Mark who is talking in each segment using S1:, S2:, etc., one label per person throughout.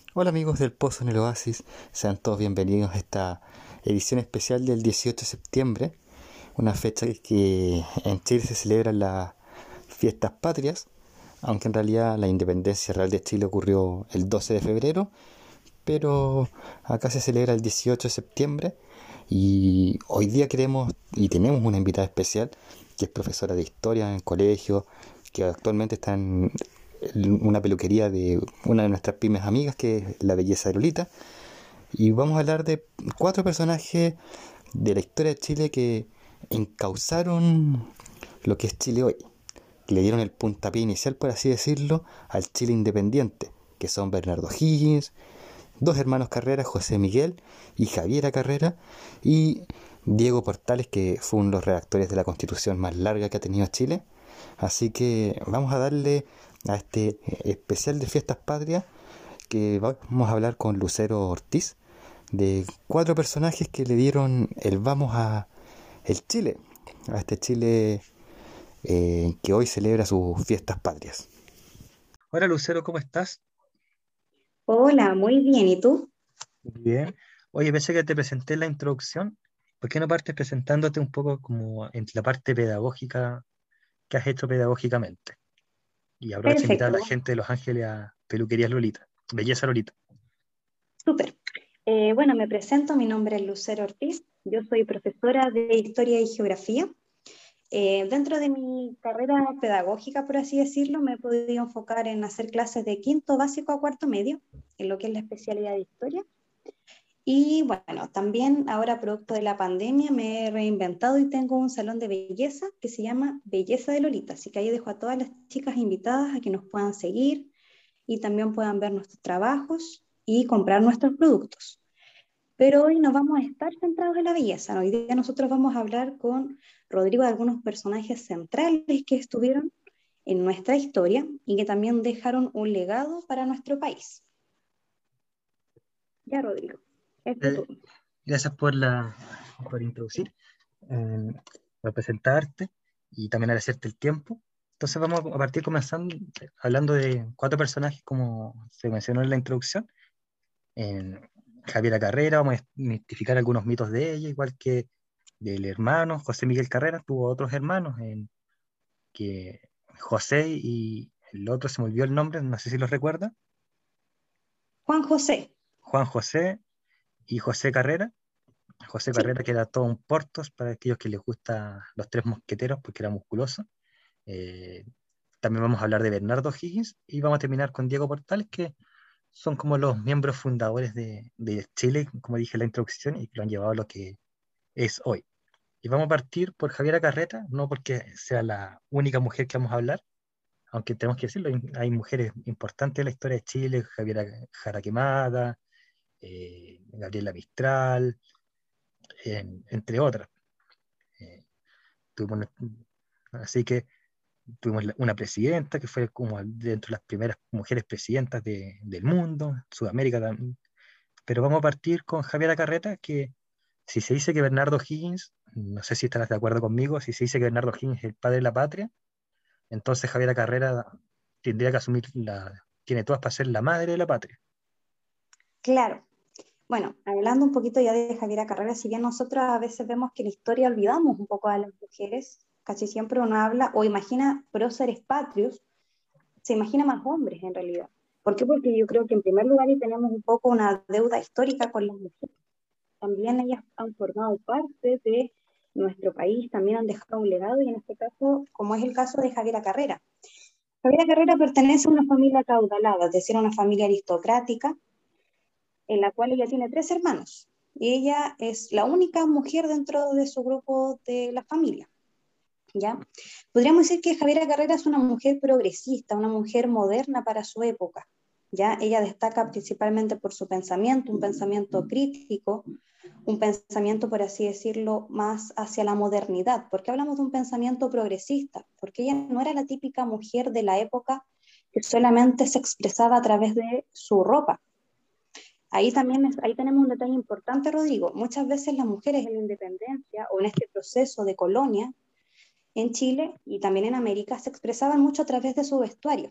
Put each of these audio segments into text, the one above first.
S1: Hola amigos del Pozo en el Oasis, sean todos bienvenidos a esta edición especial del 18 de septiembre, una fecha que en Chile se celebran las fiestas patrias, aunque en realidad la independencia real de Chile ocurrió el 12 de febrero, pero acá se celebra el 18 de septiembre y hoy día queremos y tenemos una invitada especial que es profesora de historia en el colegio, que actualmente está en una peluquería de una de nuestras pymes amigas, que es La Belleza de Lolita. Y vamos a hablar de cuatro personajes de la historia de Chile que encauzaron lo que es Chile hoy, que le dieron el puntapié inicial, por así decirlo, al Chile independiente, que son Bernardo Higgins, dos hermanos Carrera, José Miguel y Javiera Carrera, y Diego Portales, que fue uno de los redactores de la constitución más larga que ha tenido Chile. Así que vamos a darle a este especial de Fiestas Patrias, que vamos a hablar con Lucero Ortiz, de cuatro personajes que le dieron el vamos a el Chile, a este Chile que hoy celebra sus fiestas patrias.
S2: Hola Lucero, ¿cómo estás?
S3: Hola, muy bien. ¿Y tú?
S2: Bien. Oye, pensé que te presenté en la introducción. ¿Por qué no partes presentándote un poco como en la parte pedagógica que has hecho pedagógicamente? Y aprovecho a invitar a la
S3: Perfecto,
S2: gente de Los Ángeles a Peluquerías Lolita, Belleza Lolita.
S3: súper. Bueno, me presento, mi nombre es Lucero Ortiz, yo soy profesora de Historia y Geografía. Dentro de mi carrera pedagógica, por así decirlo, me he podido enfocar en hacer clases de quinto básico a cuarto medio, en lo que es la especialidad de Historia. Y bueno, también ahora producto de la pandemia me he reinventado y tengo un salón de belleza que se llama Belleza de Lolita, así que ahí dejo a todas las chicas invitadas a que nos puedan seguir y también puedan ver nuestros trabajos y comprar nuestros productos. Pero hoy no vamos a estar centrados en la belleza, ¿no? Hoy día nosotros vamos a hablar con Rodrigo de algunos personajes centrales que estuvieron en nuestra historia y que también dejaron un legado para nuestro país. Ya, Rodrigo, es tu
S2: Eh,
S3: turno.
S2: Gracias por introducir, eh, por presentarte y también agradecerte el tiempo. Entonces vamos a partir comenzando hablando de cuatro personajes como se mencionó en la introducción. En Javiera Carrera, vamos a identificar algunos mitos de ella, igual que del hermano José Miguel Carrera, tuvo otros hermanos, que José y el otro se me olvidó el nombre, no sé si los recuerda,
S3: Juan José,
S2: Juan José y José Carrera. José
S3: sí,
S2: Carrera, que era todo un Portos para aquellos que les gusta los tres mosqueteros, porque era musculoso. Eh, También vamos a hablar de Bernardo Higgins y vamos a terminar con Diego Portales, que son como los miembros fundadores de Chile, como dije en la introducción, y que lo han llevado a lo que es hoy. Y vamos a partir por Javiera Carreta, no porque sea la única mujer que vamos a hablar, aunque tenemos que decirlo, hay mujeres importantes en la historia de Chile, Javiera Jara Quemada, Gabriela Mistral, entre otras. Eh, tuvimos así que tuvimos una presidenta que fue como dentro de las primeras mujeres presidentas del mundo, Sudamérica también. Pero vamos a partir con Javiera Carreta, que si se dice que Bernardo Higgins, no sé si estarás de acuerdo conmigo, si se dice que Bernardo Higgins es el padre de la patria, entonces Javiera Carrera tendría que asumir tiene todas para ser la madre de la patria.
S3: claro. Bueno, hablando un poquito ya de Javiera Carrera, si bien nosotros a veces vemos que en la historia olvidamos un poco a las mujeres, casi siempre uno habla o imagina próceres patrios, se imagina más hombres en realidad. ¿Por qué? Porque yo creo que en primer lugar y tenemos un poco una deuda histórica con las mujeres. También ellas han formado parte de nuestro país, también han dejado un legado y en este caso, como es el caso de Javiera Carrera. Javiera Carrera pertenece a una familia caudalada, es decir, a una familia aristocrática, en la cual ella tiene tres hermanos. Y ella es la única mujer dentro de su grupo de la familia. ¿Ya? Podríamos decir que Javiera Carrera es una mujer progresista, una mujer moderna para su época. ¿Ya? Ella destaca principalmente por su pensamiento, un pensamiento crítico, un pensamiento, por así decirlo, más hacia la modernidad. ¿Por qué hablamos de un pensamiento progresista? Porque ella no era la típica mujer de la época que solamente se expresaba a través de su ropa. Ahí también ahí tenemos un detalle importante, Rodrigo. Muchas veces las mujeres en la independencia o en este proceso de colonia en Chile y también en América se expresaban mucho a través de su vestuario.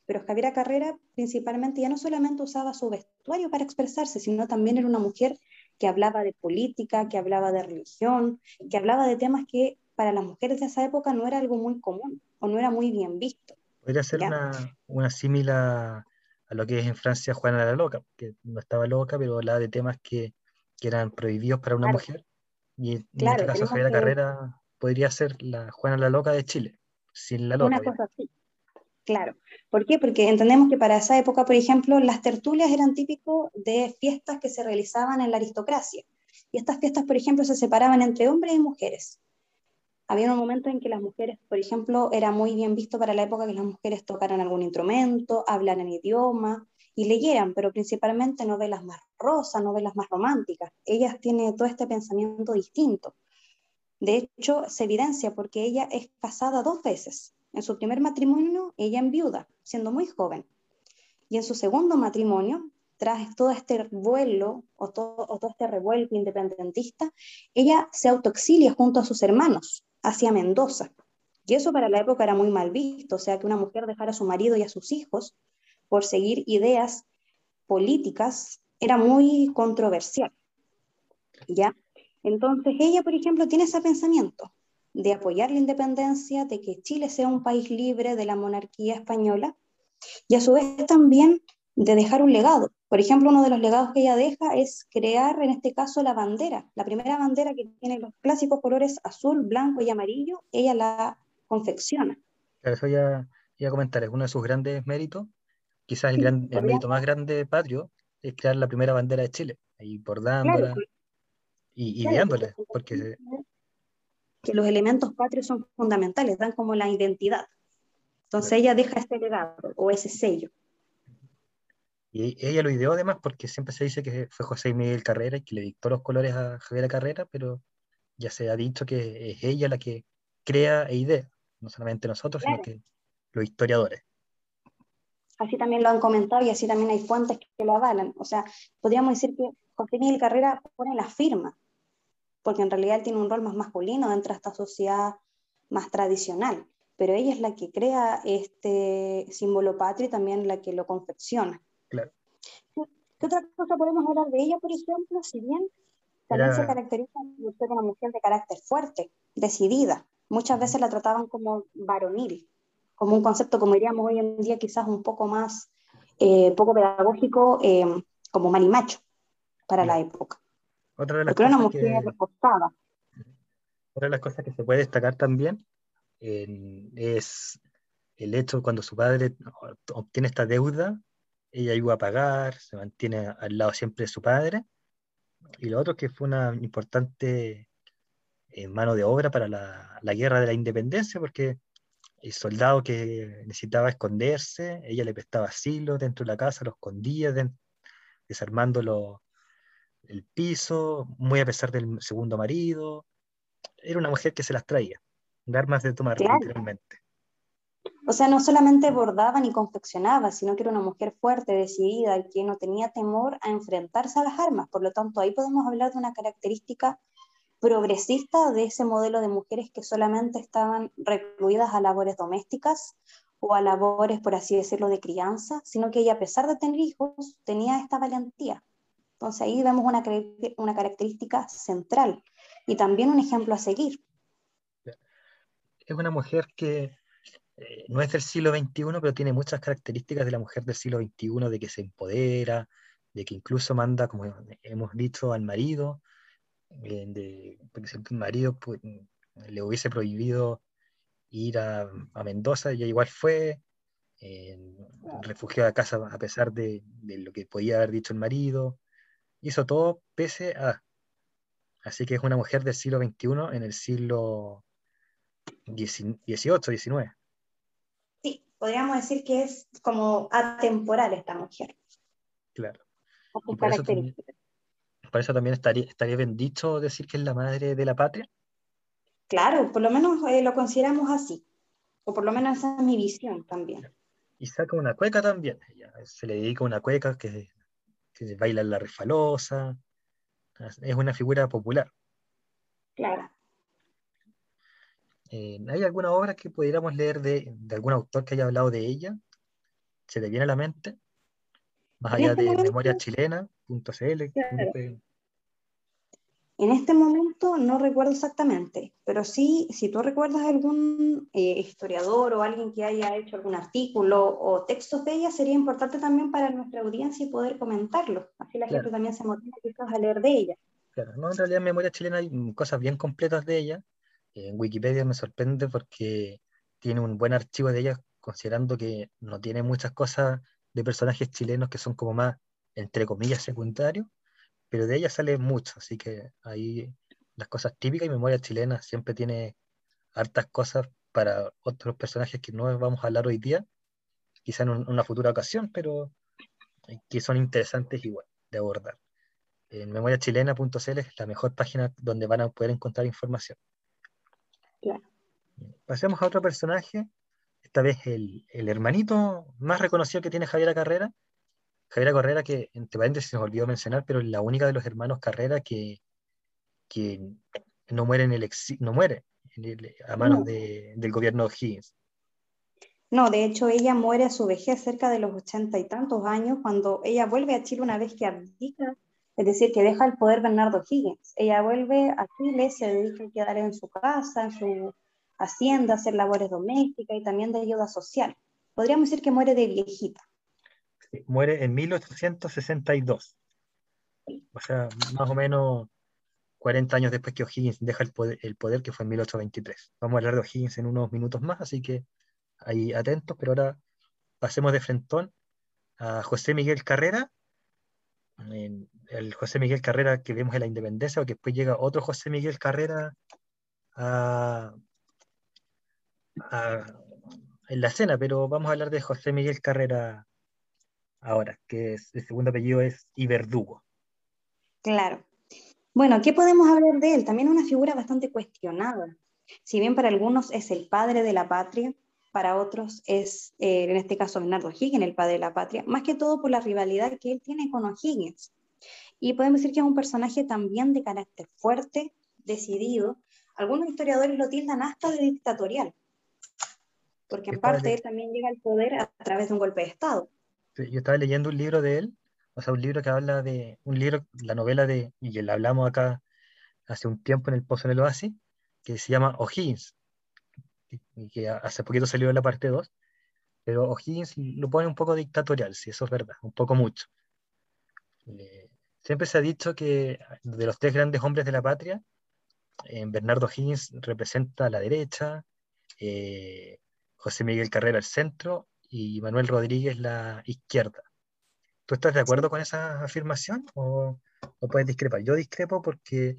S3: pero Javiera Carrera principalmente ya no solamente usaba su vestuario para expresarse, sino también era una mujer que hablaba de política, que hablaba de religión, que hablaba de temas que para las mujeres de esa época no era algo muy común o no era muy bien visto,
S2: Podría ser
S3: ¿ya?
S2: una símil a lo que es en Francia Juana la Loca, que no estaba loca, pero hablaba de temas que eran prohibidos para una
S3: Claro,
S2: mujer. Y en este
S3: claro,
S2: caso
S3: tenemos
S2: Javiera
S3: que
S2: Carrera podría ser la Juana la Loca de Chile, sin la loca,
S3: una
S2: obviamente.
S3: cosa así. Claro. ¿Por qué? Porque entendemos que para esa época, por ejemplo, las tertulias eran típicos de fiestas que se realizaban en la aristocracia. Y estas fiestas, por ejemplo, se separaban entre hombres y mujeres. Había un momento en que las mujeres, por ejemplo, era muy bien visto para la época que las mujeres tocaran algún instrumento, hablaran idioma y leyeran, pero principalmente novelas más rosas, novelas más románticas. Ellas tienen todo este pensamiento distinto. De hecho, se evidencia porque ella es casada 2 veces. En su primer matrimonio, ella enviuda, siendo muy joven. Y en su segundo matrimonio, tras todo este vuelo o todo este revuelto independentista, ella se autoexilia junto a sus hermanos hacia Mendoza. Y eso para la época era muy mal visto, o sea, que una mujer dejara a su marido y a sus hijos por seguir ideas políticas era muy controversial, ¿ya? Entonces ella, por ejemplo, tiene ese pensamiento de apoyar la independencia, de que Chile sea un país libre de la monarquía española, y a su vez también de dejar un legado. Por ejemplo, uno de los legados que ella deja es crear, en este caso, la bandera. La primera bandera que tiene los clásicos colores azul, blanco y amarillo, ella la confecciona.
S2: Claro, eso ya iba a comentar, es uno de sus grandes méritos, quizás
S3: Sí,
S2: el mérito
S3: podríamos,
S2: más grande patrio, es crear la primera bandera de Chile, ahí
S3: claro,
S2: bordándola y
S3: claro, porque
S2: viéndola, porque
S3: que los elementos patrios son fundamentales, dan como la identidad. Entonces
S2: claro,
S3: ella deja este legado o ese sello.
S2: y ella lo ideó además porque siempre se dice que fue José Miguel Carrera y que le dictó los colores a Javiera Carrera, pero ya se ha dicho que es ella la que crea e idea, no solamente nosotros, sino
S3: Claro.
S2: que los historiadores.
S3: Así también lo han comentado y así también hay fuentes que lo avalan. O sea, podríamos decir que José Miguel Carrera pone la firma, porque en realidad él tiene un rol más masculino dentro de esta sociedad más tradicional, pero ella es la que crea este símbolo patrio y también la que lo confecciona.
S2: Claro.
S3: ¿Qué otra cosa podemos hablar de ella, por ejemplo? Si bien también se
S2: Era,
S3: caracteriza por ser una mujer de carácter fuerte, decidida, muchas
S2: ujú,
S3: veces la trataban como varonil, como un concepto, como diríamos hoy en día, quizás un poco más poco pedagógico, como marimacho para la
S2: claro.
S3: época,
S2: Otra de las
S3: porque era una
S2: cosas
S3: mujer
S2: que,
S3: reposada.
S2: otra de las cosas que se puede destacar también es el hecho cuando su padre obtiene esta deuda, ella ayuda a pagar, se mantiene al lado siempre de su padre, y lo otro que fue una importante mano de obra para la guerra de la independencia, porque el soldado que necesitaba esconderse, ella le prestaba asilo dentro de la casa, lo escondía, desarmando el piso, muy a pesar del segundo marido. Era una mujer que se las traía, de armas de tomar,
S3: Claro.
S2: literalmente.
S3: O sea, no solamente bordaba ni confeccionaba, sino que era una mujer fuerte, decidida, que no tenía temor a enfrentarse a las armas. Por lo tanto, ahí podemos hablar de una característica progresista de ese modelo de mujeres que solamente estaban recluidas a labores domésticas o a labores, por así decirlo, de crianza, sino que ella, a pesar de tener hijos, tenía esta valentía. Entonces ahí vemos una característica central y también un ejemplo a seguir.
S2: Es una mujer que no es del siglo XXI, pero tiene muchas características de la mujer del siglo XXI, de que se empodera, de que incluso manda, como hemos dicho, al marido, porque si el marido pues, le hubiese prohibido ir a Mendoza, ella igual fue, eh, refugió a casa a pesar de lo que podía haber dicho el marido, hizo todo pese a. Así que es una mujer del siglo XXI en el siglo XVIII, XIX.
S3: Sí, podríamos decir que es como atemporal esta mujer,
S2: Claro.
S3: con
S2: Y
S3: sus características.
S2: por eso también estaría bien dicho decir que es la madre de la patria.
S3: Claro, por lo menos lo consideramos así, o por lo menos esa es mi visión también.
S2: Y saca una cueca también. Ella se le dedica una cueca que baila la refalosa. Es una figura popular.
S3: Claro.
S2: ¿Hay alguna obra que pudiéramos leer de algún autor que haya hablado de ella? se te viene a la mente, más
S3: En
S2: allá
S3: este
S2: de
S3: momento,
S2: memoriachilena.cl.
S3: claro, en este momento no recuerdo exactamente, pero sí, si tú recuerdas algún historiador o alguien que haya hecho algún artículo o textos de ella, sería importante también para nuestra audiencia y poder comentarlo. Así la gente
S2: Claro,
S3: también se motiva quizás a leer de ella.
S2: claro. No, en realidad en memoria chilena hay cosas bien completas de ella. En Wikipedia me sorprende porque tiene un buen archivo de ella, considerando que no tiene muchas cosas de personajes chilenos que son como más, entre comillas, secundarios, pero de ella sale mucho, así que ahí las cosas típicas y memoria chilena siempre tiene hartas cosas para otros personajes que no vamos a hablar hoy día, quizá en una futura ocasión, pero que son interesantes igual de abordar. En memoriachilena.cl es la mejor página donde van a poder encontrar información.
S3: Claro.
S2: Pasemos a otro personaje, esta vez el hermanito más reconocido que tiene Javiera Carrera. Javiera Carrera, que entre paréntesis se nos olvidó mencionar, pero es la única de los hermanos Carrera que no muere no muere a manos
S3: No,
S2: del gobierno de O'Higgins.
S3: no, de hecho ella muere a su vejez cerca de los 80 y tantos años cuando ella vuelve a Chile una vez que abdica, es decir, que deja el poder Bernardo Higgins. Ella vuelve a Chile, se dedica a quedar en su casa, en su hacienda, a hacer labores domésticas y también de ayuda social. Podríamos decir que muere de viejita.
S2: Muere en 1862, o sea, más o menos 40 años después que O'Higgins deja el poder, que fue en 1823. Vamos a hablar de O'Higgins en unos minutos más, así que ahí atentos, pero ahora pasemos de frentón a José Miguel Carrera, el José Miguel Carrera que vemos en la Independencia, o que después llega otro José Miguel Carrera a, a- en la escena, pero vamos a hablar de José Miguel Carrera ahora, que el segundo apellido es Iberdugo.
S3: Claro. Bueno, ¿qué podemos hablar de él? También una figura bastante cuestionada. Si bien para algunos es el padre de la patria, para otros es, en este caso, Bernardo Higgins, el padre de la patria, más que todo por la rivalidad que él tiene con O'Higgins. Y podemos decir que es un personaje también de carácter fuerte, decidido. Algunos historiadores lo tildan hasta de dictatorial, porque
S2: Yo
S3: en
S2: estaba,
S3: parte
S2: le-
S3: él también llega al poder a través de un golpe de Estado.
S2: yo estaba leyendo un libro de él, o sea, un libro que habla de, un libro, la novela de, y la hablamos acá hace un tiempo en el Pozo en el Oasis, que se llama O'Higgins, y que hace poquito salió la parte 2, pero O'Higgins lo pone un poco dictatorial, si eso es verdad, un poco mucho. Eh, Siempre se ha dicho que de los tres grandes hombres de la patria, Bernardo O'Higgins representa a la derecha, eh, José Miguel Carrera el centro y Manuel Rodríguez la izquierda. ¿Tú estás de acuerdo con esa afirmación o puedes discrepar? Yo discrepo porque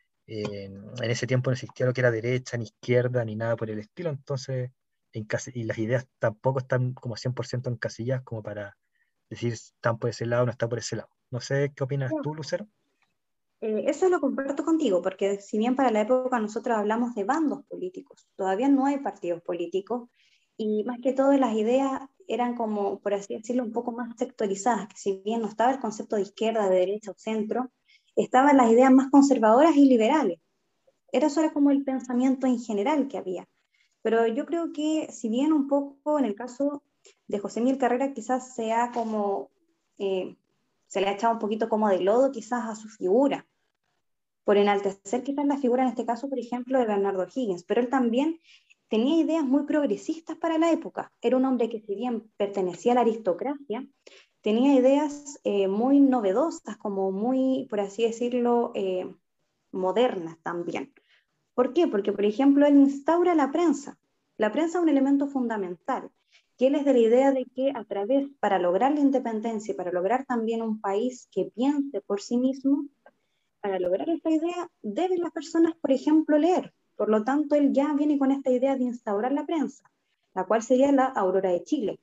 S2: en ese tiempo no existía lo que era derecha, ni izquierda, ni nada por el estilo, entonces, y las ideas tampoco están como 100% encasilladas como para decir están por ese lado o no está por ese lado. No sé qué opinas tú, Lucero.
S3: Eso lo comparto contigo, porque si bien para la época nosotros hablamos de bandos políticos, todavía no hay partidos políticos y más que todo las ideas eran como, por así decirlo, un poco más sectorizadas, que si bien no estaba el concepto de izquierda, de derecha o centro, estaban las ideas más conservadoras y liberales. Eso era como el pensamiento en general que había. Pero yo creo que si bien un poco en el caso de José Miguel Carrera quizás sea como, eh, se le ha echado un poquito como de lodo quizás a su figura por enaltecer quizás la figura en este caso, por ejemplo, de Bernardo Higgins, pero él también tenía ideas muy progresistas para la época. Era un hombre que si bien pertenecía a la aristocracia, tenía ideas muy novedosas, como muy, por así decirlo, modernas también. ¿Por qué? Porque, por ejemplo, él instaura la prensa. La prensa es un elemento fundamental, que él es de la idea de que a través, para lograr la independencia y para lograr también un país que piense por sí mismo, para lograr esta idea, deben las personas, por ejemplo, leer. Por lo tanto, él ya viene con esta idea de instaurar la prensa, la cual sería la Aurora de Chile.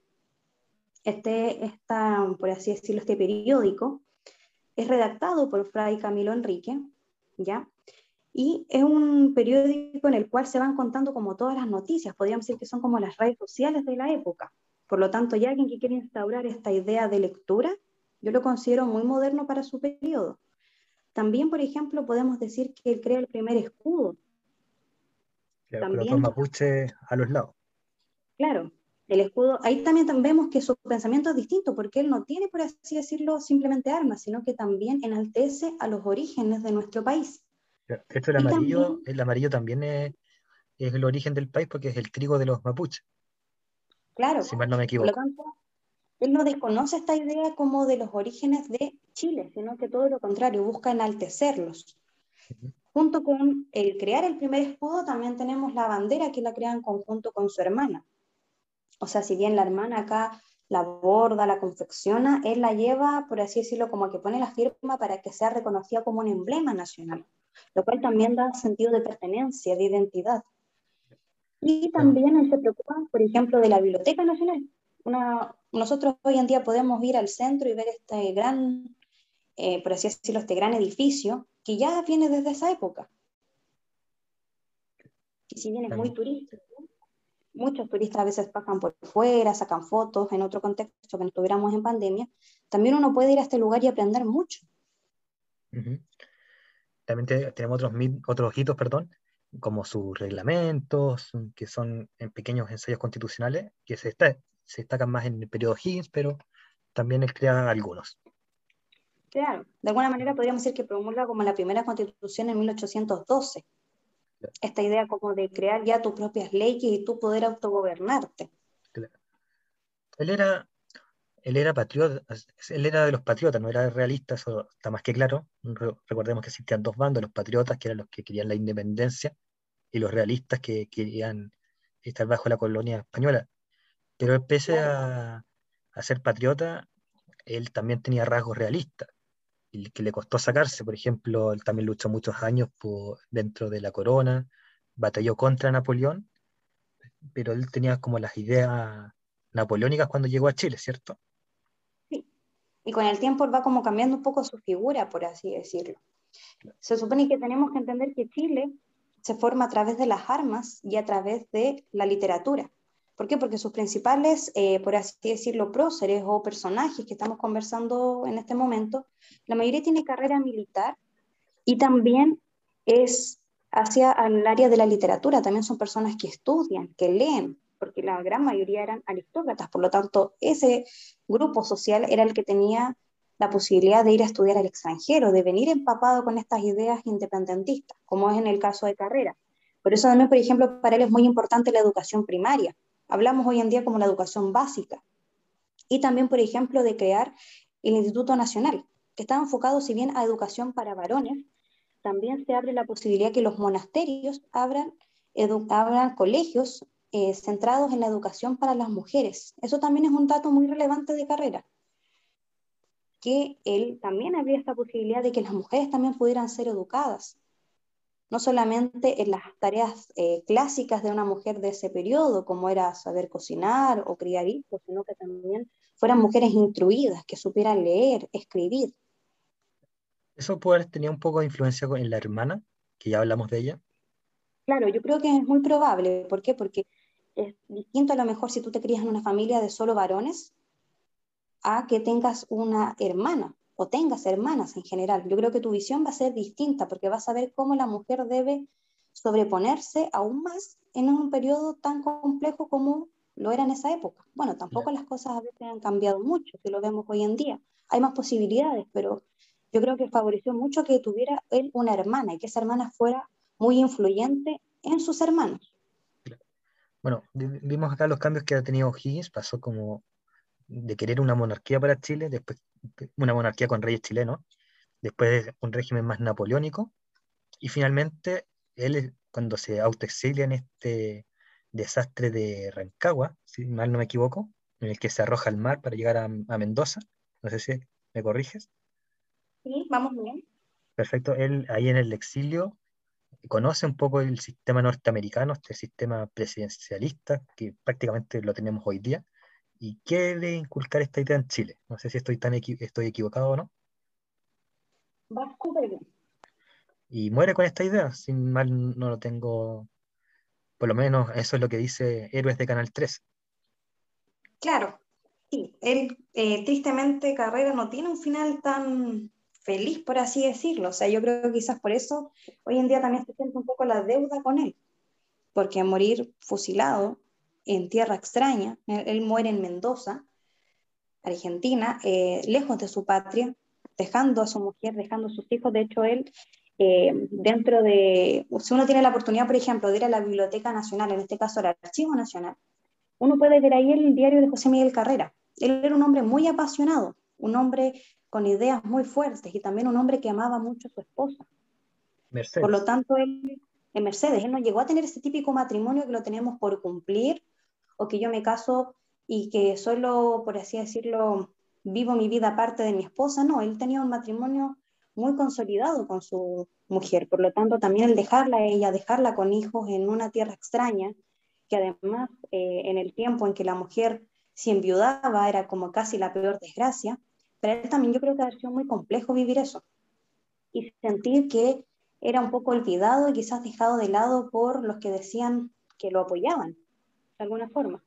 S3: Por así decirlo, este periódico es redactado por Fray Camilo Enrique, ¿ya? Y es un periódico en el cual se van contando como todas las noticias, podríamos decir que son como las redes sociales de la época. Por lo tanto, ya alguien que quiere instaurar esta idea de lectura, yo lo considero muy moderno para su periodo. También, por ejemplo, podemos decir que él crea el primer escudo.
S2: Claro, con los dos
S3: También,
S2: mapuches a los lados.
S3: claro. El escudo, ahí también vemos que su pensamiento es distinto, porque él no tiene, por así decirlo, simplemente armas, sino que también enaltece a los orígenes de nuestro país.
S2: De hecho,
S3: Y también,
S2: el amarillo también es el origen del país porque es el trigo de los mapuches,
S3: claro,
S2: si mal no me
S3: por lo
S2: equivoco.
S3: tanto, él no desconoce esta idea como de los orígenes de Chile, sino que todo lo contrario, busca enaltecerlos.
S2: Ujú.
S3: Junto con el crear el primer escudo, también tenemos la bandera que la crea en conjunto con su hermana. O sea, si bien la hermana acá la borda, la confecciona, él la lleva, por así decirlo, como que pone la firma para que sea reconocida como un emblema nacional, lo cual también da sentido de pertenencia, de identidad. Y
S2: Bueno,
S3: también él se preocupa, por ejemplo, de la Biblioteca Nacional. Nosotros hoy en día podemos ir al centro y ver este gran, por así decirlo, este gran edificio que ya viene desde esa época. Y si bien es muy
S2: también,
S3: turístico, muchos turistas a veces pasan por fuera, sacan fotos en otro contexto que no estuviéramos en pandemia, también uno puede ir a este lugar y aprender mucho.
S2: ujú. También tenemos otros hitos, perdón, como sus reglamentos, que son en pequeños ensayos constitucionales, que se destacan más en el periodo Higgins, pero también él crea algunos.
S3: Claro, de alguna manera podríamos decir que promulga como la primera constitución en 1812, esta idea como de crear ya tus propias leyes y tú poder autogobernarte.
S2: Claro. Él era, él era patriota, él era de los patriotas, no era realista, eso está más que claro. Recordemos que existían dos bandos, los patriotas, que eran los que querían la independencia, y los realistas que querían estar bajo la colonia española. Pero pese
S3: Claro,
S2: a ser patriota, él también tenía rasgos realistas, y que le costó sacarse. Por ejemplo, él también luchó muchos años dentro de la corona, batalló contra Napoleón, pero él tenía como las ideas napoleónicas cuando llegó a Chile, ¿cierto?
S3: sí. Y con el tiempo va como cambiando un poco su figura, por así decirlo. Se supone que tenemos que entender que Chile se forma a través de las armas y a través de la literatura. ¿Por qué? Porque sus principales, por así decirlo, próceres o personajes que estamos conversando en este momento, la mayoría tiene carrera militar y también es hacia el área de la literatura. También son personas que estudian, que leen, porque la gran mayoría eran aristócratas. Por lo tanto, ese grupo social era el que tenía la posibilidad de ir a estudiar al extranjero, de venir empapado con estas ideas independentistas, como es en el caso de Carrera. Por eso también, por ejemplo, para él es muy importante la educación primaria. Hablamos hoy en día como la educación básica. Y también, por ejemplo, de crear el Instituto Nacional, que estaba enfocado, si bien, a educación para varones, también se abre la posibilidad que los monasterios abran colegios centrados en la educación para las mujeres. Eso también es un dato muy relevante de Carrera, que él también abría esta posibilidad de que las mujeres también pudieran ser educadas, no solamente en las tareas clásicas de una mujer de ese periodo, como era saber cocinar o criar hijos, sino que también fueran mujeres instruidas, que supieran leer, escribir.
S2: Eso puede haber tenido un poco de influencia en la hermana, que ya hablamos de ella.
S3: Claro, yo creo que es muy probable. ¿Por qué? Porque es distinto a lo mejor si tú te crías en una familia de solo varones a que tengas una hermana o tengas hermanas en general. Yo creo que tu visión va a ser distinta porque vas a ver cómo la mujer debe sobreponerse aún más en un periodo tan complejo como lo era en esa época. Bueno, tampoco
S2: Claro.
S3: las cosas a veces han cambiado mucho, si lo vemos hoy en día. Hay más posibilidades, pero yo creo que favoreció mucho que tuviera él una hermana y que esa hermana fuera muy influyente en sus hermanos.
S2: Bueno, vimos acá los cambios que ha tenido O'Higgins, pasó como de querer una monarquía para Chile, después una monarquía con reyes chilenos, después un régimen más napoleónico, y finalmente él, cuando se autoexilia en este desastre de Rancagua, si mal no me equivoco, en el que se arroja al mar para llegar a Mendoza, no sé si me corriges.
S3: Sí, vamos bien.
S2: Perfecto, él ahí en el exilio conoce un poco el sistema norteamericano, este sistema presidencialista que prácticamente lo tenemos hoy día, y quiere inculcar esta idea en Chile. No sé si estoy equivocado o no.
S3: Va súper bien.
S2: Y muere con esta idea, sin mal no lo tengo, por lo menos eso es lo que dice Héroes de Canal 3.
S3: Claro, sí, él tristemente Carrera no tiene un final tan feliz, por así decirlo. O sea, yo creo que quizás por eso hoy en día también se siente un poco la deuda con él, porque morir fusilado en tierra extraña. Él muere en Mendoza, Argentina, lejos de su patria, dejando a su mujer, dejando a sus hijos. De hecho, él, dentro de, si uno tiene la oportunidad, por ejemplo, de ir a la Biblioteca Nacional, en este caso al Archivo Nacional, uno puede ver ahí el diario de José Miguel Carrera. Él era un hombre muy apasionado, un hombre con ideas muy fuertes y también un hombre que amaba mucho a su esposa. Por lo
S2: Mercedes.
S3: tanto, él, en Mercedes, él no llegó a tener ese típico matrimonio que lo tenemos por cumplir, o que yo me caso y que solo, por así decirlo, vivo mi vida aparte de mi esposa. No, él tenía un matrimonio muy consolidado con su mujer. Por lo tanto, también el dejarla a ella, dejarla con hijos en una tierra extraña, que además en el tiempo en que la mujer se enviudaba era como casi la peor desgracia, pero él también yo creo que ha sido muy complejo vivir eso y sentir que era un poco olvidado y quizás dejado de lado por los que decían que lo apoyaban, de alguna forma.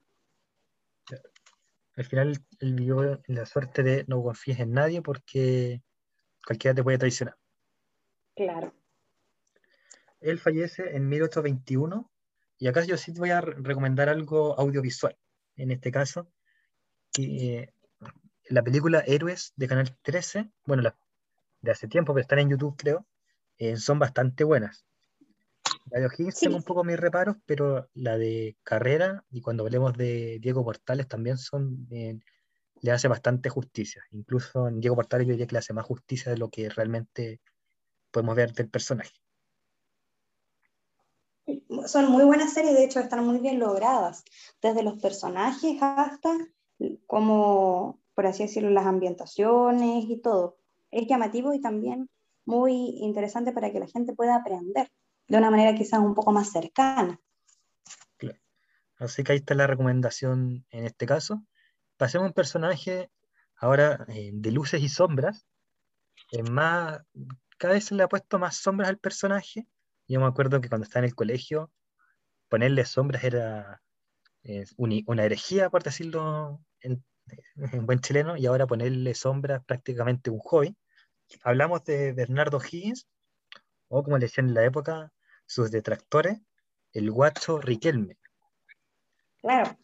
S2: Al final él vivió en la suerte de no confíes en nadie porque cualquiera te puede traicionar.
S3: Claro.
S2: Él fallece en 1821 y acá yo sí te voy a recomendar algo audiovisual. En este caso, que, la película Héroes de Canal 13, bueno, de hace tiempo, pero están en YouTube creo, son bastante buenas. La de O'Higgins tengo
S3: Sí,
S2: un poco mis reparos, pero la de Carrera y cuando hablemos de Diego Portales también le hace bastante justicia. Incluso en Diego Portales yo diría que le hace más justicia de lo que realmente podemos ver del personaje.
S3: son muy buenas series, de hecho están muy bien logradas, desde los personajes hasta como, por así decirlo, las ambientaciones y todo. Es llamativo y también muy interesante para que la gente pueda aprender de una manera quizás un poco más cercana.
S2: Claro. Así que ahí está la recomendación en este caso. Pasemos a un personaje ahora de luces y sombras. Más, cada vez se le ha puesto más sombras al personaje. Yo me acuerdo que cuando estaba en el colegio, ponerle sombras era una herejía, por decirlo en buen chileno, y ahora ponerle sombras prácticamente un hobby. Hablamos de Bernardo Higgins, o como le decían en la época, sus detractores, el guacho Riquelme.
S3: Claro,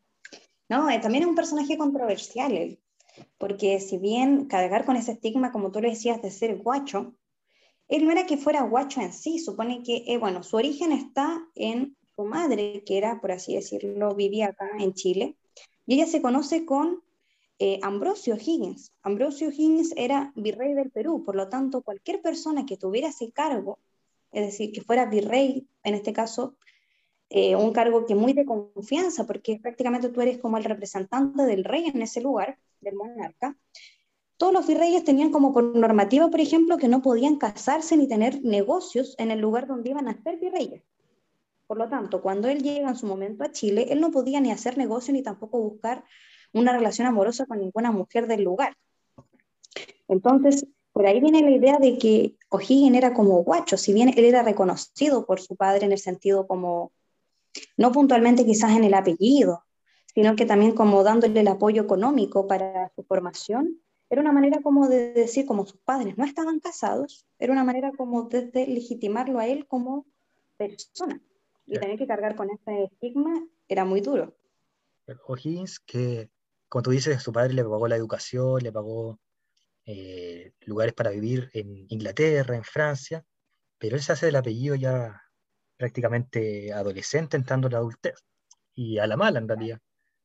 S3: no, también es un personaje controversial, él, porque si bien cargar con ese estigma, como tú le decías, de ser guacho, él no era que fuera guacho en sí, supone que, bueno, su origen está en su madre, que era, por así decirlo, vivía acá en Chile, y ella se conoce con Ambrosio Higgins. Ambrosio Higgins era virrey del Perú, por lo tanto, cualquier persona que tuviera ese cargo, es decir, que fuera virrey, en este caso, un cargo que muy de confianza, porque prácticamente tú eres como el representante del rey en ese lugar, del monarca. Todos los virreyes tenían como por normativa, por ejemplo, que no podían casarse ni tener negocios en el lugar donde iban a ser virreyes. Por lo tanto, cuando él llega en su momento a Chile, él no podía ni hacer negocio ni tampoco buscar una relación amorosa con ninguna mujer del lugar. Entonces, por ahí viene la idea de que O'Higgins era como guacho, si bien él era reconocido por su padre en el sentido como, no puntualmente quizás en el apellido, sino que también como dándole el apoyo económico para su formación. Era una manera como de decir, como sus padres no estaban casados, era una manera como de legitimarlo a él como persona. Y tener que cargar con ese estigma era muy duro.
S2: O'Higgins, que como tú dices, su padre le pagó la educación, le pagó lugares para vivir en Inglaterra, en Francia, pero él se hace del apellido ya prácticamente adolescente, entrando en la adultez, y a la mala en realidad,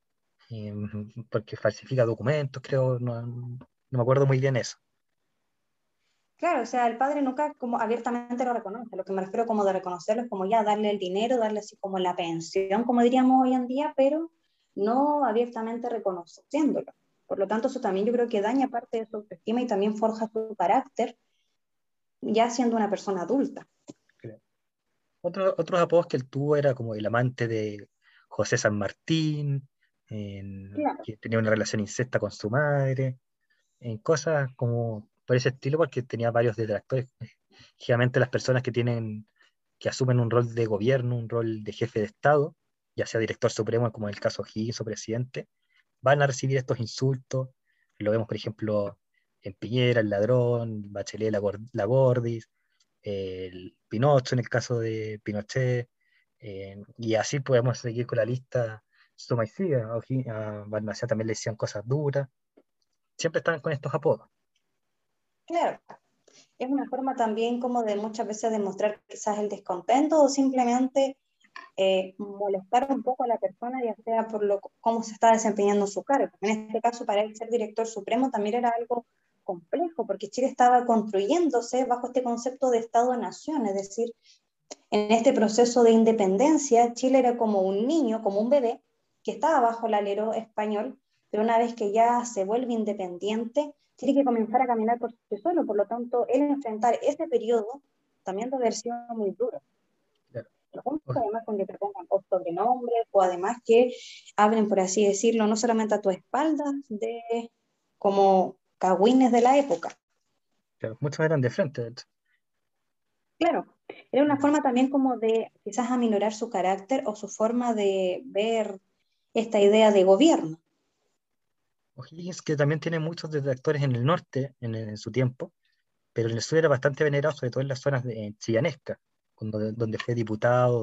S2: porque falsifica documentos, creo, no me acuerdo muy bien eso.
S3: Claro, o sea, el padre nunca como abiertamente lo reconoce. Lo que me refiero como de reconocerlo es como ya darle el dinero, darle así como la pensión, como diríamos hoy en día, pero no abiertamente reconociéndolo. Por lo tanto, eso también yo creo que daña parte de su autoestima y también forja su carácter ya siendo una persona adulta.
S2: Creo. Otros apodos que él tuvo era como el amante de José San Martín,
S3: Claro.
S2: que tenía una relación incesta con su madre, en cosas como por ese estilo, porque tenía varios detractores. Generalmente las personas que asumen un rol de gobierno, un rol de jefe de Estado, ya sea director supremo, como en el caso Higgins o presidente, van a recibir estos insultos. Lo vemos, por ejemplo, en Piñera, el ladrón, Bachelet, la Gordis, el Pinocho en el caso de Pinochet, y así podemos seguir con la lista Somaicía, a Balmaceda también le decían cosas duras, siempre estaban con estos apodos.
S3: Claro, es una forma también como de muchas veces demostrar quizás el descontento o simplemente molestar un poco a la persona, ya sea por cómo se está desempeñando su cargo. En este caso, para él ser director supremo también era algo complejo, porque Chile estaba construyéndose bajo este concepto de Estado-nación, es decir, en este proceso de independencia, Chile era como un niño, como un bebé, que estaba bajo el alero español, pero una vez que ya se vuelve independiente, tiene que comenzar a caminar por sí solo, por lo tanto, él enfrentar ese periodo también debe haber sido muy duro.
S2: Claro.
S3: Además con que te pongan o sobrenombres, o además que hablen, por así decirlo, no solamente a tu espalda, de como cagüines de la época.
S2: Claro, muchos eran de frente, de hecho.
S3: Claro, era una forma también como de quizás aminorar su carácter o su forma de ver esta idea de gobierno.
S2: O'Higgins, que también tiene muchos detractores en el norte en su tiempo, pero en el sur era bastante venerado, sobre todo en las zonas chillanescas, donde fue diputado,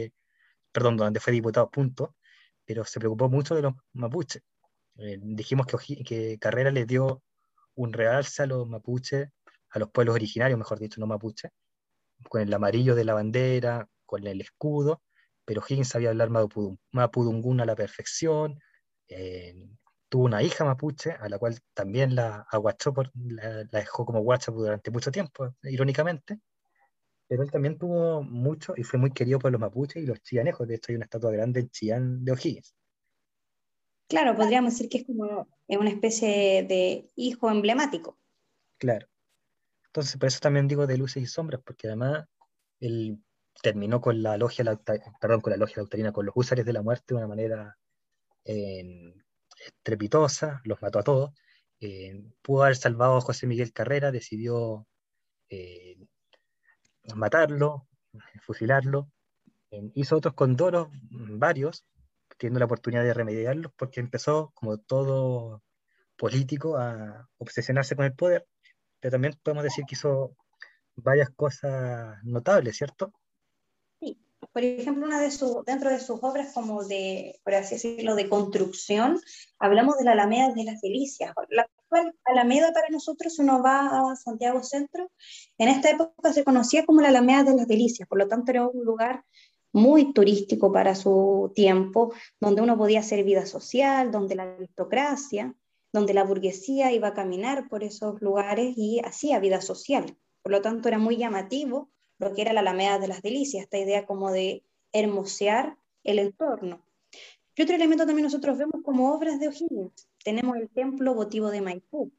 S2: donde fue diputado, punto, pero se preocupó mucho de los mapuches. Dijimos que Carrera le dio un realce a los mapuches, a los pueblos originarios, mejor dicho, no mapuches, con el amarillo de la bandera, con el escudo, pero Higgins sabía hablar mapudungún a la perfección, eh, tuvo una hija mapuche, a la cual también la aguachó, la dejó como guacha durante mucho tiempo, irónicamente, pero él también tuvo mucho y fue muy querido por los mapuches y los chianejos. De hecho hay una estatua grande en Chillán de O'Higgins.
S3: Claro, podríamos decir que es como una especie de hijo emblemático.
S2: Claro. Entonces, por eso también digo de luces y sombras, porque además él terminó con la logia, perdón, con la logia lautarina, con los húsares de la muerte de una manera eh, estrepitosa, los mató a todos. Pudo haber salvado a José Miguel Carrera, decidió eh, matarlo, fusilarlo. Hizo otros condoros, varios, teniendo la oportunidad de remediarlos, porque empezó, como todo político, a obsesionarse con el poder, pero también podemos decir que hizo varias cosas notables, ¿cierto?
S3: Sí. Por ejemplo, dentro de sus obras como de, por así decirlo, de construcción, hablamos de la Alameda de las Delicias. La actual Alameda para nosotros, uno va a Santiago Centro, en esta época se conocía como la Alameda de las Delicias, por lo tanto era un lugar muy turístico para su tiempo, donde uno podía hacer vida social, donde la aristocracia, donde la burguesía iba a caminar por esos lugares y hacía vida social. Por lo tanto, era muy llamativo lo que era la Alameda de las Delicias, esta idea como de hermosear el entorno. Y otro elemento también nosotros vemos como obras de O'Higgins. Tenemos el templo votivo de Maipú,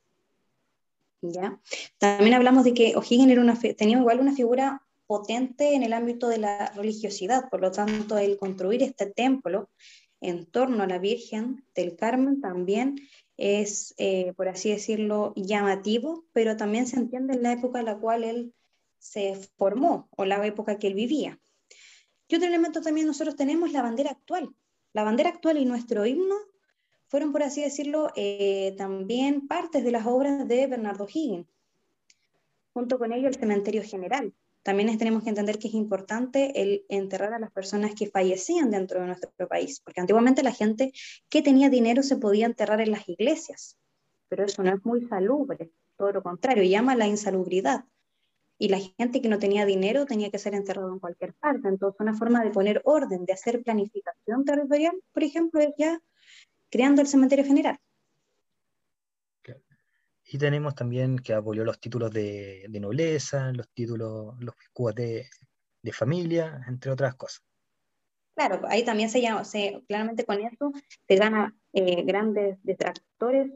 S3: ¿ya? También hablamos de que O'Higgins tenía igual una figura potente en el ámbito de la religiosidad, por lo tanto, el construir este templo en torno a la Virgen del Carmen también es, por así decirlo, llamativo, pero también se entiende en la época en la cual él se formó o la época que él vivía. Y otro elemento también nosotros tenemos la bandera actual. La bandera actual y nuestro himno fueron, por así decirlo, también partes de las obras de Bernardo Higgins. Junto con ello, el cementerio general. También tenemos que entender que es importante el enterrar a las personas que fallecían dentro de nuestro país, porque antiguamente la gente que tenía dinero se podía enterrar en las iglesias, pero eso no es muy salubre, todo lo contrario, llama a la insalubridad. Y la gente que no tenía dinero tenía que ser enterrado en cualquier parte. Entonces, una forma de poner orden, de hacer planificación territorial, por ejemplo, es ya creando el cementerio general.
S2: Claro. Y tenemos también que abolió los títulos de nobleza, los escudos de familia, entre otras cosas.
S3: Claro, ahí también claramente con eso se gana grandes detractores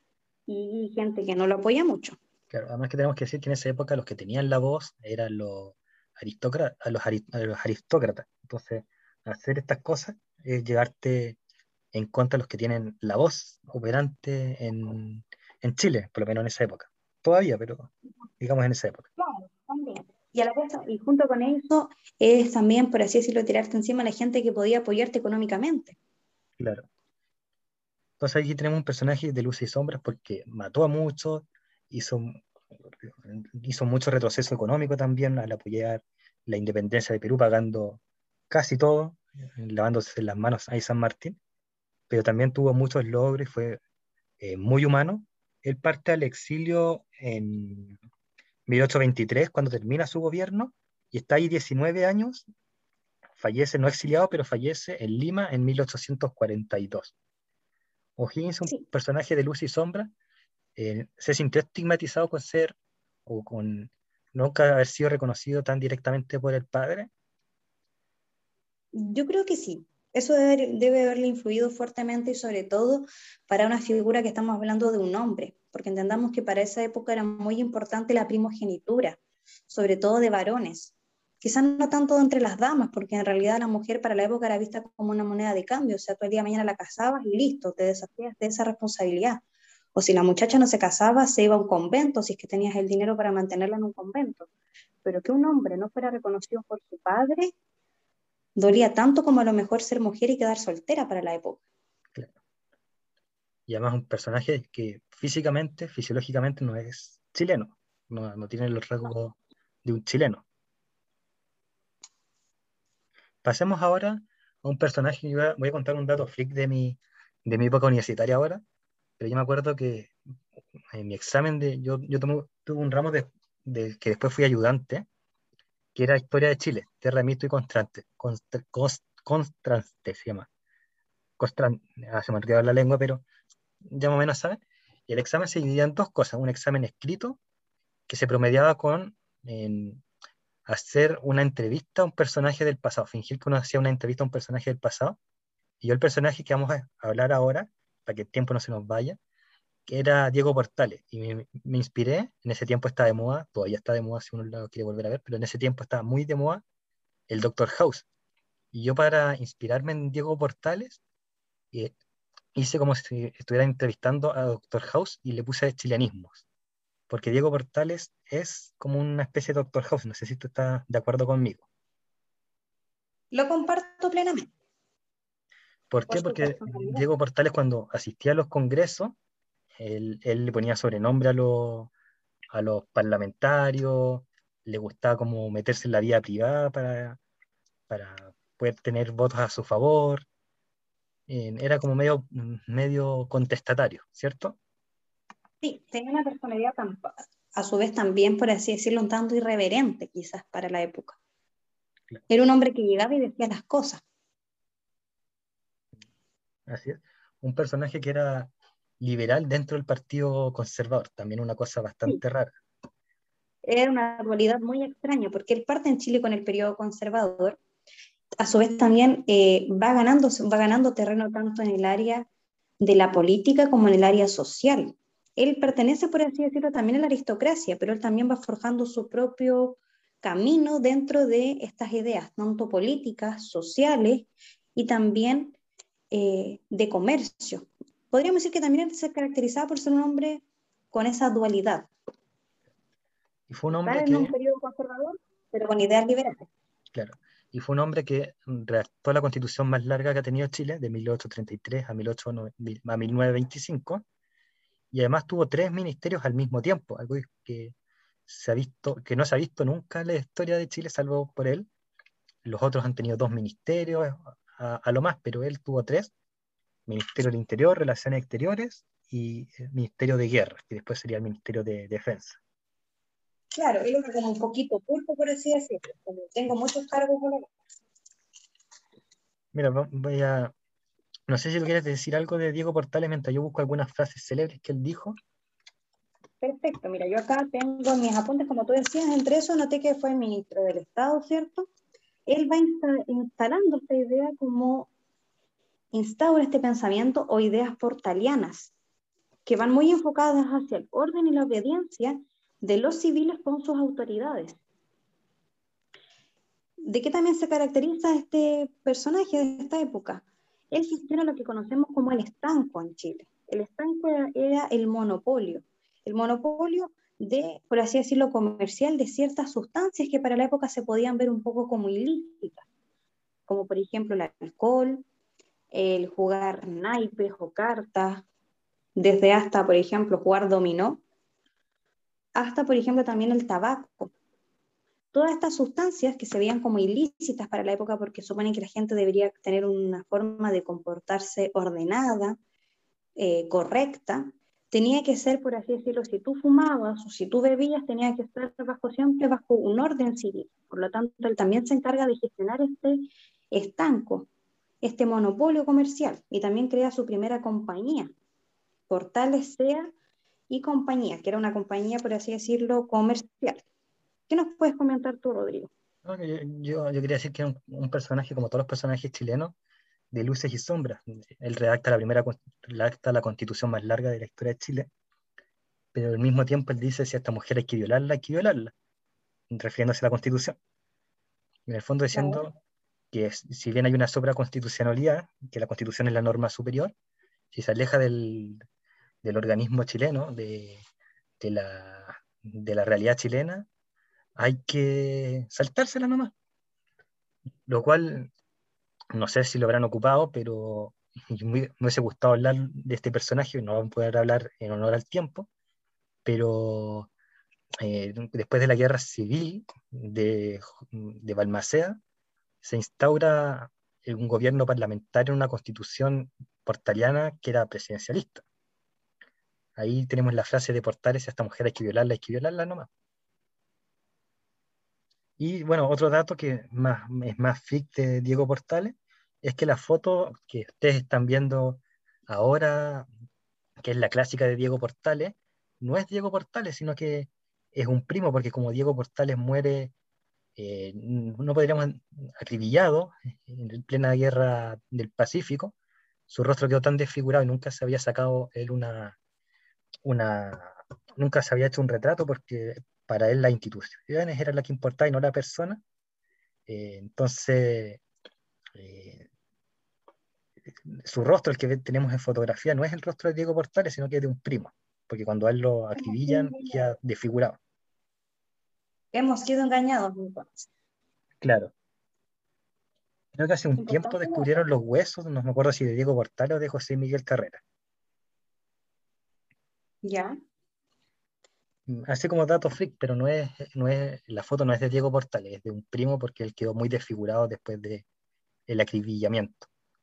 S3: y gente que no lo apoya mucho.
S2: Claro, además que tenemos que decir que en esa época los que tenían la voz eran los aristócratas, a los aristócratas. Entonces, hacer estas cosas es llevarte en contra de los que tienen la voz operante en Chile, por lo menos en esa época. Todavía, pero digamos en esa época.
S3: Claro, también. Y, a la vez, y junto con eso es también, por así decirlo, tirarte encima a la gente que podía apoyarte económicamente.
S2: Claro. Entonces aquí tenemos un personaje de luces y sombras porque mató a muchos, hizo, hizo mucho retroceso económico también al apoyar la independencia de Perú, pagando casi todo, lavándose las manos ahí San Martín. pero también tuvo muchos logros y fue muy humano. Él parte al exilio en 1823, cuando termina su gobierno, y está ahí 19 años, fallece no exiliado, pero fallece en Lima en 1842. O'Higgins, un
S3: Sí,
S2: personaje de luz y sombra, se sintió estigmatizado con ser, o con nunca haber sido reconocido tan directamente por el padre.
S3: yo creo que sí. Eso debe haberle influido fuertemente y sobre todo para una figura que estamos hablando de un hombre, porque entendamos que para esa época era muy importante la primogenitura, sobre todo de varones. Quizás no tanto entre las damas, porque en realidad la mujer para la época era vista como una moneda de cambio, o sea, tú el día de mañana la casabas y listo, te deshacías de esa responsabilidad. O si la muchacha no se casaba, se iba a un convento, si es que tenías el dinero para mantenerla en un convento. Pero que un hombre no fuera reconocido por su padre, dolía tanto como a lo mejor ser mujer y quedar soltera para la época.
S2: Claro. Y además un personaje que físicamente, fisiológicamente no es chileno, no tiene los rasgos de un chileno. Pasemos ahora a un personaje, voy a contar un dato freak de mi época universitaria ahora, pero yo me acuerdo que en mi examen tuve un ramo que después fui ayudante, que era Historia de Chile, Terra, Mito y Contraste, se llama. Se me olvidó la lengua, pero ya más o menos saben. Y el examen se dividía en dos cosas, un examen escrito que se promediaba con hacer una entrevista a un personaje del pasado, fingir que uno hacía una entrevista a un personaje del pasado, y yo el personaje que vamos a hablar ahora, para que el tiempo no se nos vaya, que era Diego Portales, y me inspiré, en ese tiempo está de moda, todavía está de moda si uno lo quiere volver a ver, pero en ese tiempo estaba muy de moda el Doctor House, y yo para inspirarme en Diego Portales, eh, hice como si estuviera entrevistando a Doctor House y le puse chilenismos, porque Diego Portales es como una especie de Doctor House, no sé si tú estás de acuerdo conmigo.
S3: Lo comparto plenamente
S2: ¿Por
S3: por
S2: qué?
S3: su
S2: Porque
S3: personalidad.
S2: Diego Portales cuando asistía a los congresos, él le ponía sobrenombre a los parlamentarios, le gustaba como meterse en la vida privada para poder tener votos a su favor, era como medio contestatario, ¿cierto?
S3: Sí, tenía una personalidad a su vez también, por así decirlo, un tanto irreverente quizás para la época.
S2: Claro,
S3: Era un hombre que llegaba y decía las cosas.
S2: así es. Un personaje que era liberal dentro del Partido Conservador, también una cosa
S3: Sí,
S2: bastante rara.
S3: era una dualidad muy extraña, porque él parte en Chile con el periodo conservador, a su vez también va ganando terreno tanto en el área de la política como en el área social. Él pertenece, por así decirlo, también a la aristocracia, pero él también va forjando su propio camino dentro de estas ideas, tanto políticas, sociales y también de comercio. Podríamos decir que también él se caracterizaba por ser un hombre con esa dualidad,
S2: Y fue un
S3: estar
S2: hombre
S3: en
S2: que,
S3: un periodo conservador, pero con ideas liberales.
S2: claro, y fue un hombre que redactó la constitución más larga que ha tenido Chile, de 1833 a 1925, y además tuvo tres ministerios al mismo tiempo, algo que que no se ha visto nunca en la historia de Chile, salvo por él. Los otros han tenido dos ministerios, a lo más, pero él tuvo tres: Ministerio del Interior, Relaciones Exteriores y el Ministerio de Guerra, que después sería el Ministerio de Defensa.
S3: Claro, él era como un poquito pulpo, por así decirlo. Como tengo muchos cargos por ahí.
S2: Mira, no sé si tú quieres decir algo de Diego Portales mientras yo busco algunas frases célebres que él dijo.
S3: Perfecto, mira, yo acá tengo mis apuntes, como tú decías, entre eso noté que fue el ministro del Estado, ¿cierto? Él va instalando esta idea como instaura este pensamiento o ideas portalianas, que van muy enfocadas hacia el orden y la obediencia de los civiles con sus autoridades. ¿De qué también se caracteriza este personaje de esta época? Él gestiona lo que conocemos como el estanco en Chile. El estanco era el monopolio de, por así decirlo, comercial de ciertas sustancias que para la época se podían ver un poco como ilícitas, como por ejemplo el alcohol, el jugar naipes o cartas, desde hasta, por ejemplo, jugar dominó, hasta, por ejemplo, también el tabaco. todas estas sustancias que se veían como ilícitas para la época porque suponen que la gente debería tener una forma de comportarse ordenada, correcta, tenía que ser, por así decirlo, si tú fumabas o si tú bebías, tenía que estar siempre bajo un orden civil. Por lo tanto, él también se encarga de gestionar este estanco, este monopolio comercial, y también crea su primera compañía, Portales Sea y Compañía, que era una compañía, por así decirlo, comercial. ¿Qué nos puedes comentar tú, Rodrigo?
S2: No, yo quería decir que es un personaje, como todos los personajes chilenos, de luces y sombras. Él redacta la constitución más larga de la historia de Chile, pero al mismo tiempo él dice, si a esta mujer hay que violarla, refiriéndose a la constitución. En el fondo
S3: Claro.
S2: diciendo que si bien hay una supraconstitucionalidad, que la constitución es la norma superior, si se aleja del organismo chileno, de la realidad chilena, hay que saltársela nomás. Lo cual, no sé si lo habrán ocupado, pero me hubiese gustado hablar de este personaje, no vamos a poder hablar en honor al tiempo, pero después de la guerra civil de Balmaceda, se instaura un gobierno parlamentario, una constitución portaliana que era presidencialista. Ahí tenemos la frase de Portales, a esta mujer hay que violarla nomás. Y bueno, otro dato que es más freak de Diego Portales, es que la foto que ustedes están viendo ahora, que es la clásica de Diego Portales, no es Diego Portales, sino que es un primo, porque como Diego Portales muere, no podríamos acribillado en plena guerra del Pacífico, su rostro quedó tan desfigurado y nunca se había sacado él una, nunca se había hecho un retrato porque para él las instituciones eran las que importaban y no la persona. Entonces, eh, su rostro, el que tenemos en fotografía, no es el rostro de Diego Portales, sino que es de un primo, porque cuando a él lo acribillan, queda desfigurado.
S3: Hemos sido engañados, entonces.
S2: Claro. Creo que hace un tiempo
S3: Importante.
S2: descubrieron los huesos, no me acuerdo si de Diego Portales o de José Miguel Carrera.
S3: Ya.
S2: Hace como dato freak, pero la foto no es de Diego Portales, es de un primo porque él quedó muy desfigurado después del acribillamiento.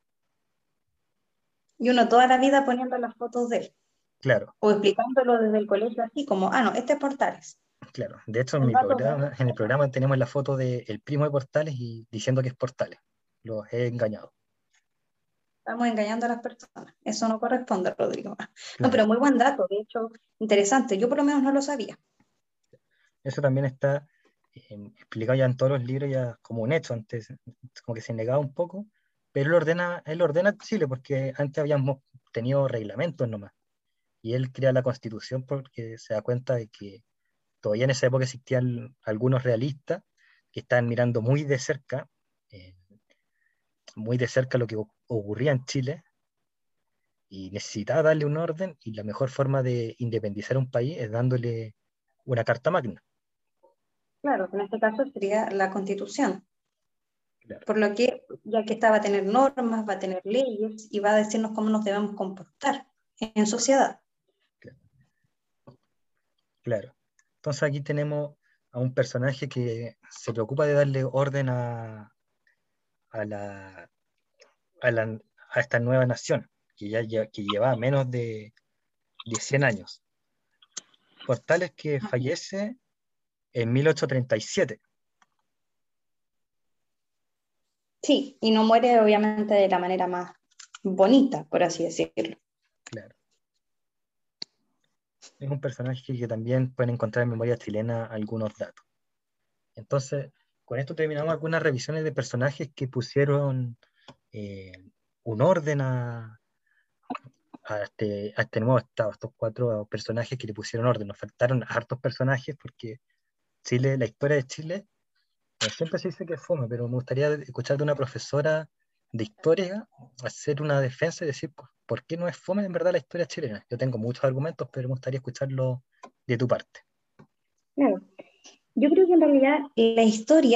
S3: Y uno toda la vida poniendo las fotos de él,
S2: Claro,
S3: o explicándolo desde el colegio así, como, ah, no, este es Portales.
S2: claro. De hecho,
S3: Un dato
S2: en el programa tenemos la foto del primo de Portales y diciendo que es Portales. Los he engañado.
S3: estamos engañando a las personas. Eso no corresponde, Rodrigo. No,
S2: Claro.
S3: pero muy buen dato, de hecho, interesante. Yo por lo menos no lo sabía.
S2: Eso también está explicado ya en todos los libros, ya como un hecho. Antes, como que se negaba un poco, pero él ordena Chile porque antes habíamos tenido reglamentos nomás. Y él crea la constitución porque se da cuenta de que todavía en esa época existían algunos realistas que estaban mirando eh, muy de cerca lo que ocurría en Chile y necesitaba darle un orden y la mejor forma de independizar un país es dándole una carta magna.
S3: Claro, en este caso sería la Constitución.
S2: Claro,
S3: Por lo que, ya que esta va a tener normas, va a tener leyes y va a decirnos cómo nos debemos comportar en sociedad.
S2: claro, claro. Entonces aquí tenemos a un personaje que se preocupa de darle orden a la, a la- a esta nueva nación, que lleva menos de 100 años. Portales que fallece en 1837.
S3: Sí, y no muere obviamente de la manera más bonita, por así decirlo.
S2: Claro. Es un personaje que también pueden encontrar en memoria chilena algunos datos. Entonces, con esto terminamos algunas revisiones de personajes que pusieron eh, un orden a este nuevo estado, estos cuatro personajes que le pusieron orden. Nos faltaron hartos personajes porque Chile, la historia de Chile, siempre se dice que es fome, pero me gustaría escuchar de una profesora de historia hacer una defensa y decir por qué no es fome en verdad la historia chilena. Yo tengo muchos argumentos, pero me gustaría escucharlo de tu parte.
S3: Claro. Yo creo que en realidad la historia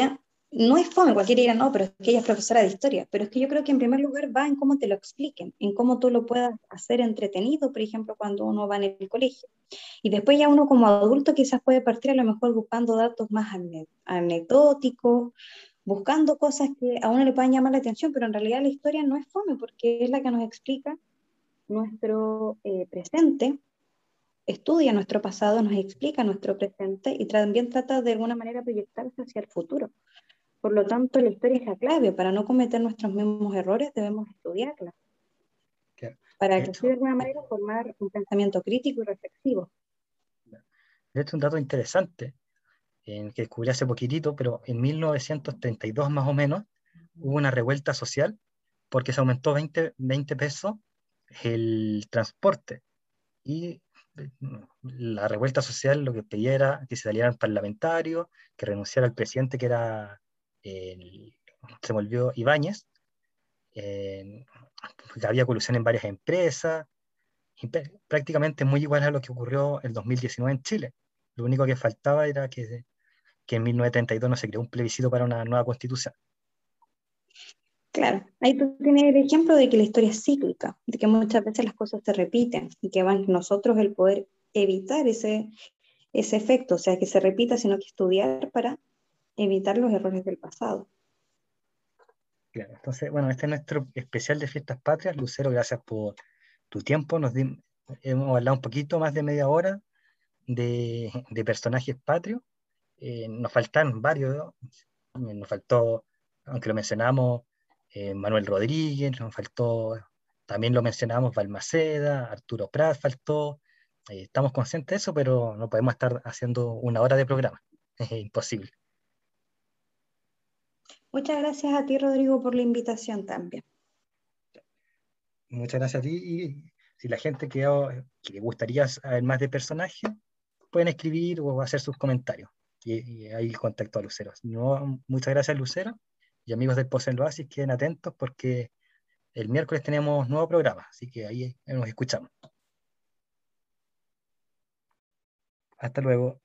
S3: no es fome, cualquiera dirá, no, pero es que ella es profesora de historia, pero es que yo creo que en primer lugar va en cómo te lo expliquen, en cómo tú lo puedas hacer entretenido, por ejemplo, cuando uno va en el colegio. Y después ya uno como adulto quizás puede partir a lo mejor buscando datos más anecdóticos, buscando cosas que a uno le puedan llamar la atención, pero en realidad la historia no es fome porque es la que nos explica nuestro presente, estudia nuestro pasado, nos explica nuestro presente y también trata de alguna manera proyectarse hacia el futuro. Por lo tanto, la historia es la clave. Para no cometer nuestros mismos errores debemos estudiarla,
S2: Claro.
S3: para
S2: De
S3: que así de
S2: hecho,
S3: alguna manera formar un pensamiento crítico y reflexivo.
S2: un dato interesante que descubrí hace poquitito, pero en 1932 más o menos hubo una revuelta social porque se aumentó 20 pesos el transporte. Y la revuelta social lo que pedía era que se salieran parlamentarios, que renunciara el presidente que era, el, se volvió Ibáñez, eh, porque había colusión en varias empresas, y prácticamente muy igual a lo que ocurrió en 2019 en Chile. Lo único que faltaba era que en 1932 no se creó un plebiscito para una nueva constitución.
S3: Claro, ahí tú tienes el ejemplo de que la historia es cíclica, de que muchas veces las cosas se repiten y que va en nosotros el poder evitar ese efecto, o sea, que se repita, sino que estudiar para evitar los errores del pasado.
S2: Claro, entonces, bueno, este es nuestro especial de Fiestas Patrias. Lucero, gracias por tu tiempo. Hemos hablado un poquito más de media hora de personajes patrios. Nos faltan varios, ¿no? Nos faltó, aunque lo mencionamos, Manuel Rodríguez, nos faltó, también lo mencionamos, Balmaceda, Arturo Prat faltó. Estamos conscientes de eso, pero no podemos estar haciendo una hora de programa. Es imposible.
S3: Muchas gracias a ti, Rodrigo, por la invitación también.
S2: Muchas gracias a ti. Y si la gente que le gustaría saber más de personajes, pueden escribir o hacer sus comentarios. Y ahí contacto a Lucero. No, muchas gracias, Lucero. Y amigos del Pozo en el Oasis, queden atentos porque el miércoles tenemos nuevo programa, así que ahí nos escuchamos. Hasta luego.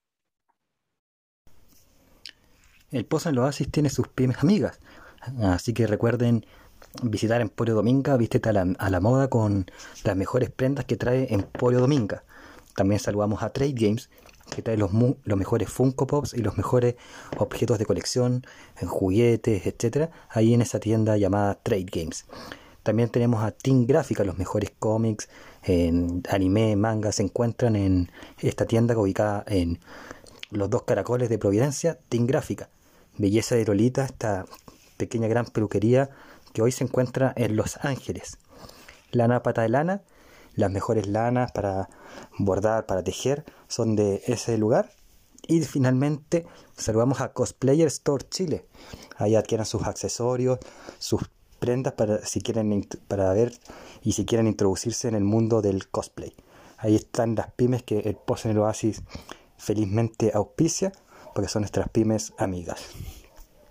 S1: El Pozo en el Oasis tiene sus pymes amigas, así que recuerden visitar Emporio Dominga, vístete a la moda con las mejores prendas que trae Emporio Dominga. También saludamos a Trade Games, que trae los mejores Funko Pops y los mejores objetos de colección, juguetes, etcétera, ahí en esa tienda llamada Trade Games. También tenemos a Team Gráfica, los mejores cómics, en anime, manga, se encuentran en esta tienda ubicada en los Dos Caracoles de Providencia. Team Gráfica, belleza de Lolita, esta pequeña gran peluquería que hoy se encuentra en Los Ángeles. Lana Pata de Lana, las mejores lanas para bordar, para tejer, son de ese lugar. Y finalmente saludamos a Cosplayer Store Chile. Ahí adquieran sus accesorios, sus prendas para ver y si quieren introducirse en el mundo del cosplay. Ahí están las pymes que el Pozo en el Oasis felizmente auspicia, porque son nuestras pymes amigas.